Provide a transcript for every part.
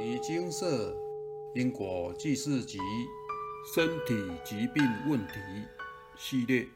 尼精舍因果记事集身体疾病问题系列。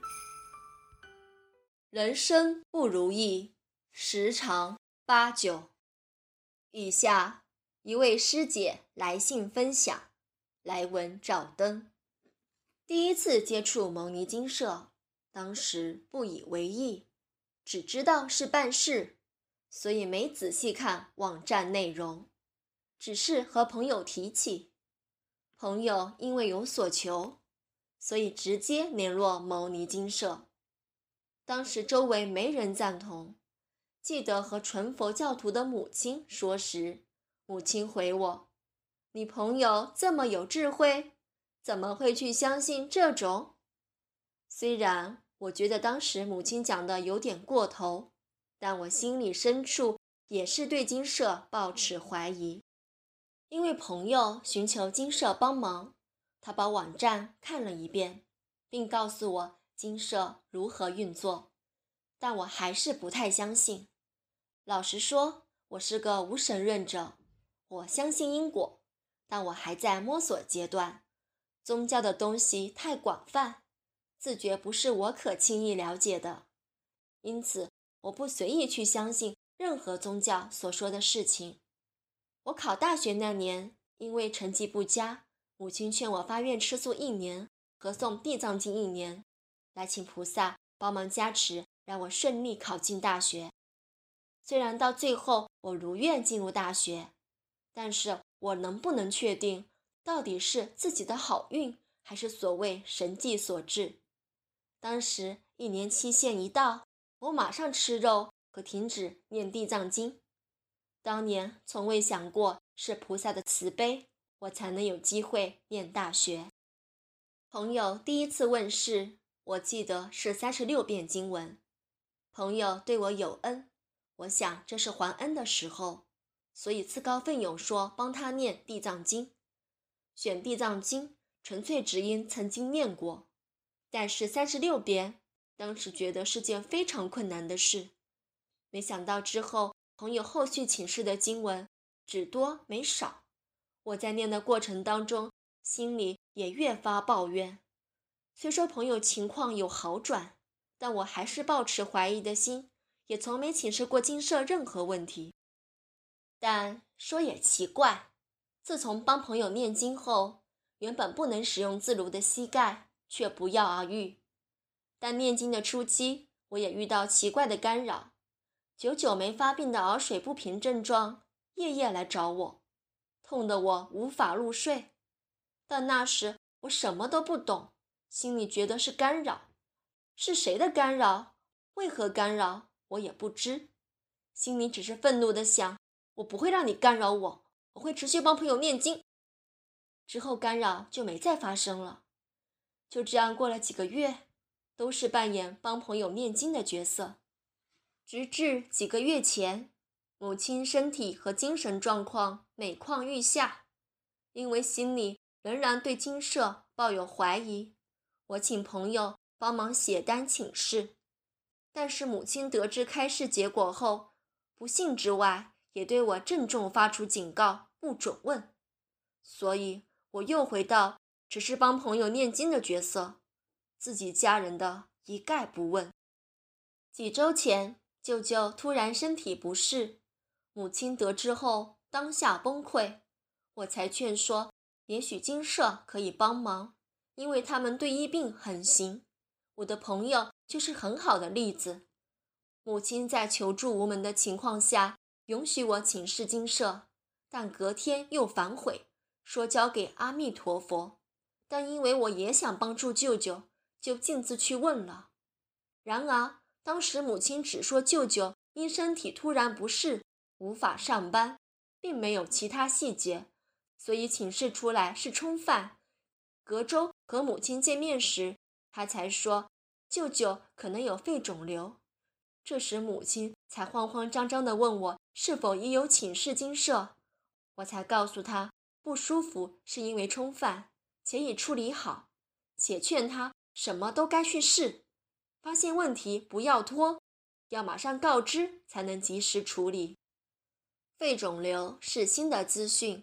人生不如意，十常八九。以下一位师姐来信分享，来文照灯。第一次接触牟尼精舍，当时不以为意，只知道是办事，所以没仔细看网站内容，只是和朋友提起。朋友因为有所求，所以直接联络牟尼精舍。当时周围没人赞同，记得和纯佛教徒的母亲说时，母亲回我：你朋友这么有智慧，怎么会去相信这种？虽然我觉得当时母亲讲的有点过头，但我心里深处也是对精舍抱持怀疑。因为朋友寻求精舍帮忙，他把网站看了一遍，并告诉我精舍如何运作，但我还是不太相信。老实说，我是个无神论者，我相信因果，但我还在摸索阶段。宗教的东西太广泛，自觉不是我可轻易了解的，因此我不随意去相信任何宗教所说的事情。我考大学那年，因为成绩不佳，母亲劝我发愿吃素1年，合诵地藏经1年，来请菩萨帮忙加持，让我顺利考进大学。虽然到最后我如愿进入大学，但是我能不能确定到底是自己的好运，还是所谓神迹所致？当时1年期限一到，我马上吃肉和停止念地藏经。当年从未想过是菩萨的慈悲，我才能有机会念大学。朋友第一次问世，我记得是36遍经文。朋友对我有恩，我想这是还恩的时候，所以自告奋勇说帮他念地藏经。选地藏经纯粹只因曾经念过，但是36遍，当时觉得是件非常困难的事。没想到之后朋友后续请示的经文只多没少，我在念的过程当中，心里也越发抱怨。虽说朋友情况有好转，但我还是抱持怀疑的心，也从没请示过精舍任何问题。但说也奇怪，自从帮朋友念经后，原本不能使用自如的膝盖却不药而愈。但念经的初期，我也遇到奇怪的干扰，久久没发病的耳水不平症状夜夜来找我，痛得我无法入睡。但那时我什么都不懂，心里觉得是干扰，是谁的干扰，为何干扰，我也不知。心里只是愤怒地想，我不会让你干扰我，我会持续帮朋友念经。之后干扰就没再发生了。就这样过了几个月，都是扮演帮朋友念经的角色。直至几个月前，母亲身体和精神状况每况愈下，因为心里仍然对精舍抱有怀疑，我请朋友帮忙写单请示。但是母亲得知开示结果后，不信之外，也对我郑重发出警告，不准问。所以我又回到只是帮朋友念经的角色，自己家人的一概不问。几周前，舅舅突然身体不适，母亲得知后当下崩溃，我才劝说也许精舍可以帮忙，因为他们对医病很行。我的朋友就是很好的例子。母亲在求助无门的情况下，允许我请示精舍，但隔天又反悔，说交给阿弥陀佛。但因为我也想帮助舅舅，就径自去问了。然而当时母亲只说舅舅因身体突然不适，无法上班，并没有其他细节，所以请示出来是冲犯。隔周和母亲见面时，他才说舅舅可能有肺肿瘤。这时母亲才慌慌张张地问我是否已有请示精舍，我才告诉他不舒服是因为冲犯，且已处理好，且劝他什么都该去试，发现问题不要拖，要马上告知才能及时处理。肺肿瘤是新的资讯，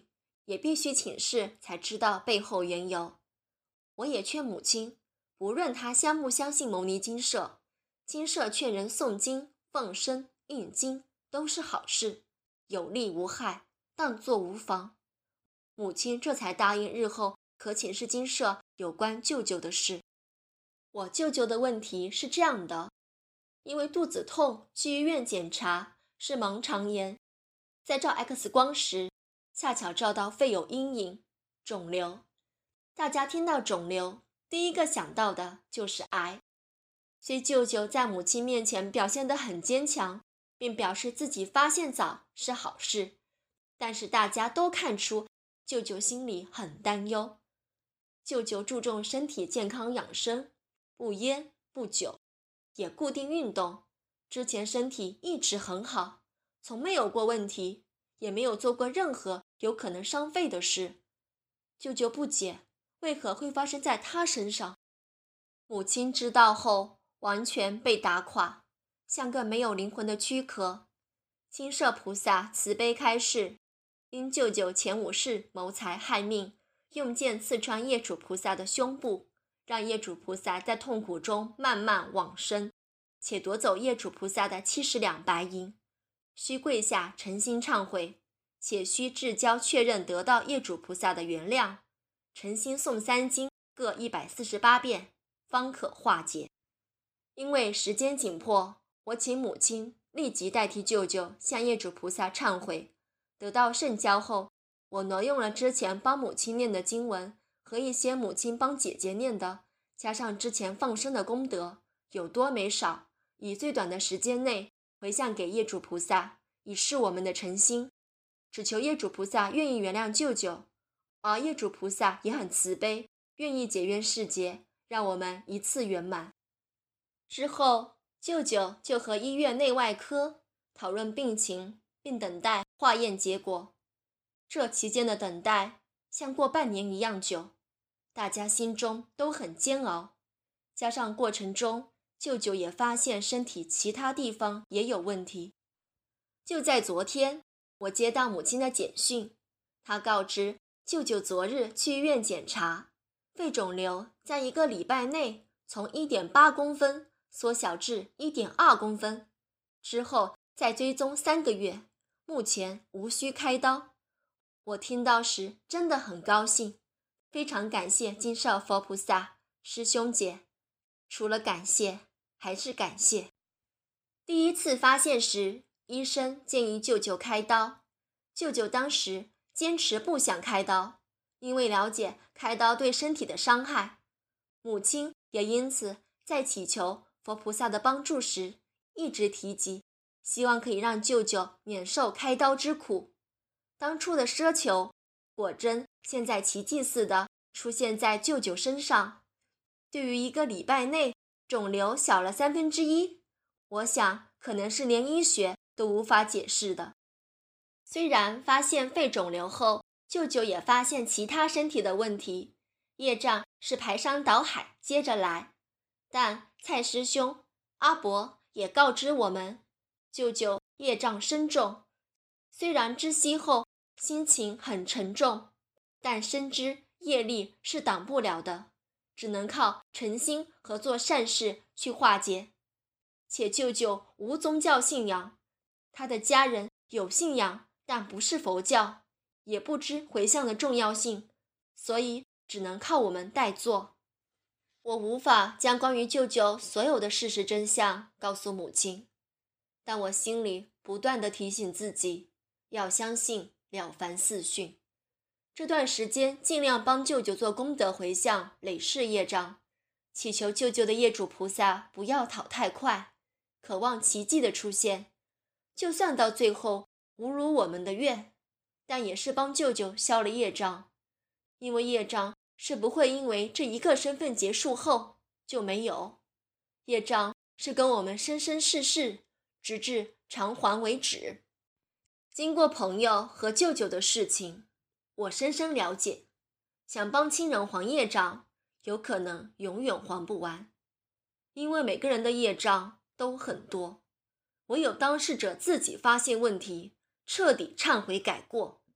也必须请示才知道背后缘由。我也劝母亲，不论她相不相信牟尼精舍，精舍劝人诵经、放生、印经都是好事，有利无害，当作无妨。母亲这才答应日后可请示精舍有关舅舅的事。我舅舅的问题是这样的，因为肚子痛去医院检查是盲肠炎，在照 X 光时恰巧照到肺有阴影，肿瘤。大家听到肿瘤，第一个想到的就是癌。虽舅舅在母亲面前表现得很坚强，并表示自己发现早是好事，但是大家都看出舅舅心里很担忧。舅舅注重身体健康养生，不烟不酒，也固定运动，之前身体一直很好，从没有过问题，也没有做过任何有可能伤肺的事。舅舅不解为何会发生在他身上。母亲知道后完全被打垮，像个没有灵魂的躯壳。金舍菩萨慈悲开示，因舅舅前5世谋财害命，用剑刺穿业主菩萨的胸部，让业主菩萨在痛苦中慢慢往生，且夺走业主菩萨的70两白银，需跪下诚心忏悔，且需至交确认得到业主菩萨的原谅，诚心诵3经各148遍，方可化解。因为时间紧迫，我请母亲立即代替舅舅向业主菩萨忏悔。得到圣交后，我挪用了之前帮母亲念的经文和一些母亲帮姐姐念的，加上之前放生的功德，有多没少，以最短的时间内回向给业主菩萨，以示我们的诚心，只求业主菩萨愿意原谅舅舅，而业主菩萨也很慈悲，愿意解冤释结，让我们一次圆满。之后，舅舅就和医院内外科讨论病情，并等待化验结果。这期间的等待像过半年一样久，大家心中都很煎熬。加上过程中，舅舅也发现身体其他地方也有问题。就在昨天，我接到母亲的简讯，她告知舅舅昨日去医院检查，肺肿瘤在1个礼拜内从 1.8 公分缩小至 1.2 公分，之后再追踪3个月，目前无需开刀。我听到时真的很高兴，非常感谢金舍佛菩萨、师兄姐，除了感谢还是感谢。第一次发现时，医生建议舅舅开刀，舅舅当时坚持不想开刀，因为了解开刀对身体的伤害。母亲也因此在祈求佛菩萨的帮助时，一直提及希望可以让舅舅免受开刀之苦。当初的奢求，果真现在奇迹似的出现在舅舅身上。对于1个礼拜内肿瘤小了1/3，我想可能是连医学都无法解释的。虽然发现肺肿瘤后，舅舅也发现其他身体的问题，业障是排山倒海接着来，但蔡师兄、阿伯也告知我们，舅舅业障深重，虽然知悉后心情很沉重，但深知业力是挡不了的，只能靠诚心和做善事去化解。且舅舅无宗教信仰，他的家人有信仰，但不是佛教，也不知回向的重要性，所以只能靠我们代做。我无法将关于舅舅所有的事实真相告诉母亲，但我心里不断地提醒自己，要相信了凡四训。这段时间尽量帮舅舅做功德回向，累世业障，祈求舅舅的业主菩萨不要讨太快，渴望奇迹的出现。就算到最后无如我们的愿，但也是帮舅舅消了业障，因为业障是不会因为这1个身份结束后就没有，业障是跟我们生生世世，直至偿还为止。经过朋友和舅舅的事情，我深深了解，想帮亲人还业障，有可能永远还不完，因为每个人的业障都很多，唯有当事者自己发现问题，彻底忏悔改过，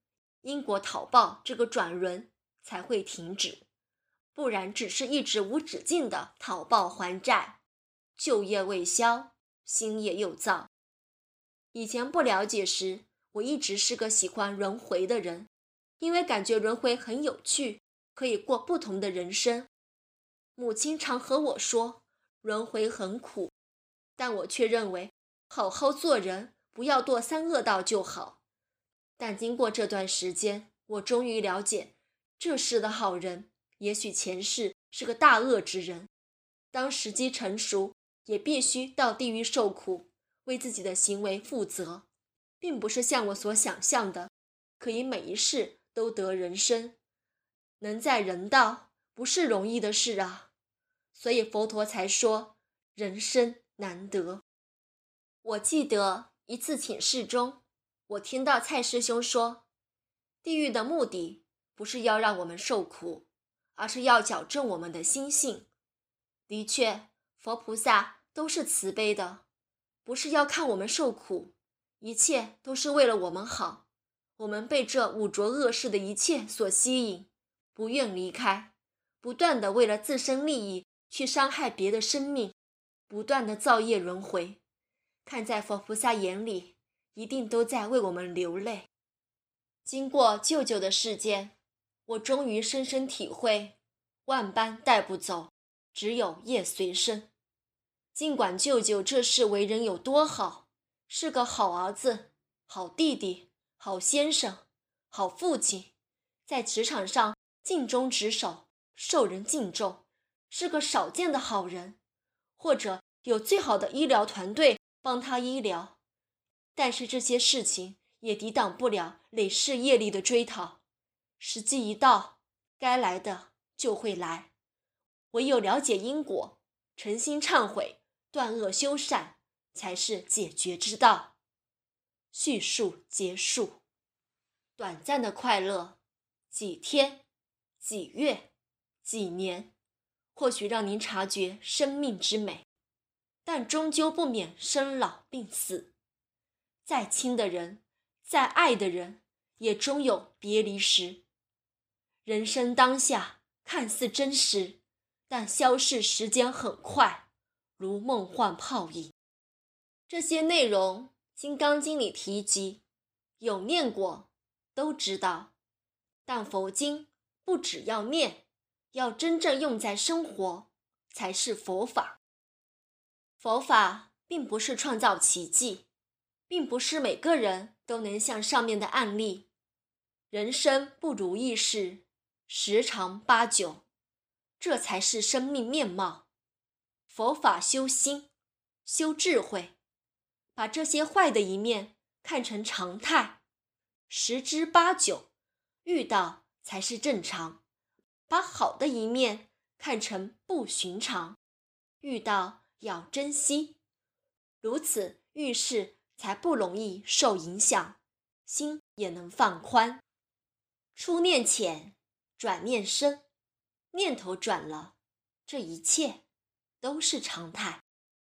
因果讨报这个转轮才会停止，不然只是一直无止境的讨报还债，旧业未消，新业又造。以前不了解时，我一直是个喜欢轮回的人，因为感觉轮回很有趣，可以过不同的人生。母亲常和我说，轮回很苦，但我却认为好好做人，不要堕三恶道就好。但经过这段时间，我终于了解，这世的好人也许前世是个大恶之人，当时机成熟，也必须到地狱受苦，为自己的行为负责，并不是像我所想象的可以每一世都得人生。能在人道不是容易的事啊，所以佛陀才说人生难得。我记得一次请示中，我听到蔡师兄说，地狱的目的不是要让我们受苦，而是要矫正我们的心性。的确，佛菩萨都是慈悲的，不是要看我们受苦，一切都是为了我们好。我们被这五浊恶世的一切所吸引，不愿离开，不断地为了自身利益去伤害别的生命，不断地造业轮回。看在佛菩萨眼里，一定都在为我们流泪。经过舅舅的事件，我终于深深体会，万般带不走，只有业随身。尽管舅舅这事为人有多好，是个好儿子、好弟弟、好先生、好父亲，在职场上尽忠职守，受人敬重，是个少见的好人，或者有最好的医疗团队帮他医疗，但是这些事情也抵挡不了累世业力的追讨。时机一到，该来的就会来，唯有了解因果，诚心忏悔，断恶修善，才是解决之道。叙述结束。短暂的快乐，几天、几月、几年，或许让您察觉生命之美，但终究不免生老病死。再亲的人，再爱的人，也终有别离时。人生当下看似真实，但消逝时间很快，如梦幻泡影。这些内容《金刚经》里提及，有念过都知道，但佛经不只要念，要真正用在生活，才是佛法。佛法并不是创造奇迹，并不是每个人都能像上面的案例。人生不如意事十常八九，这才是生命面貌。佛法修心，修智慧，把这些坏的一面看成常态，十之八九遇到才是正常。把好的一面看成不寻常，遇到要珍惜，如此遇事才不容易受影响，心也能放宽。初念浅，转念深，念头转了，这一切都是常态。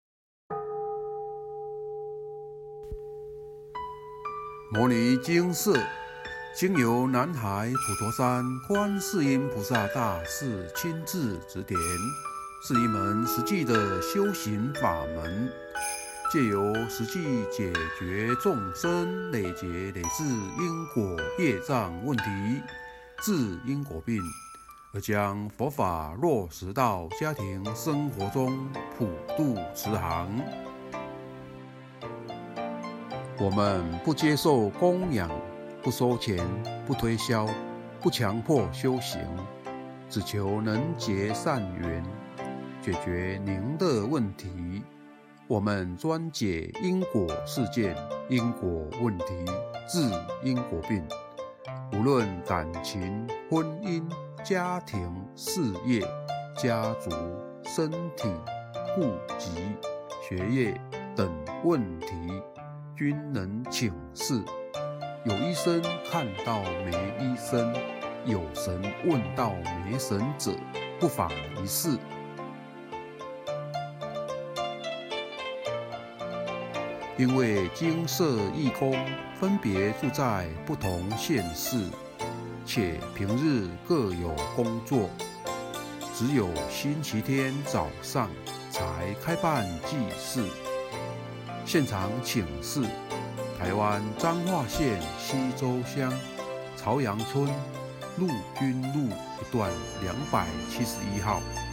摩尼经释经由南海普陀山观世音菩萨大士亲自指点，是一门实际的修行法门，借由实际解决众生累劫累世因果业障问题，治因果病，而将佛法落实到家庭生活中，普度慈航。我们不接受供养，不收钱，不推销，不强迫修行，只求能结善缘，解决您的问题。我们专解因果事件、因果问题，治因果病。无论感情、婚姻、家庭、事业、家族、身体、户籍、学业等问题，均能请示。有医生看到没医生，有神问到没神者，不妨一试。因为精舍义工分别住在不同县市， 且平日各有工作，只有星期天早上才开办祭祀。现场请示台湾彰化县溪州乡朝阳村陆军路一段271号。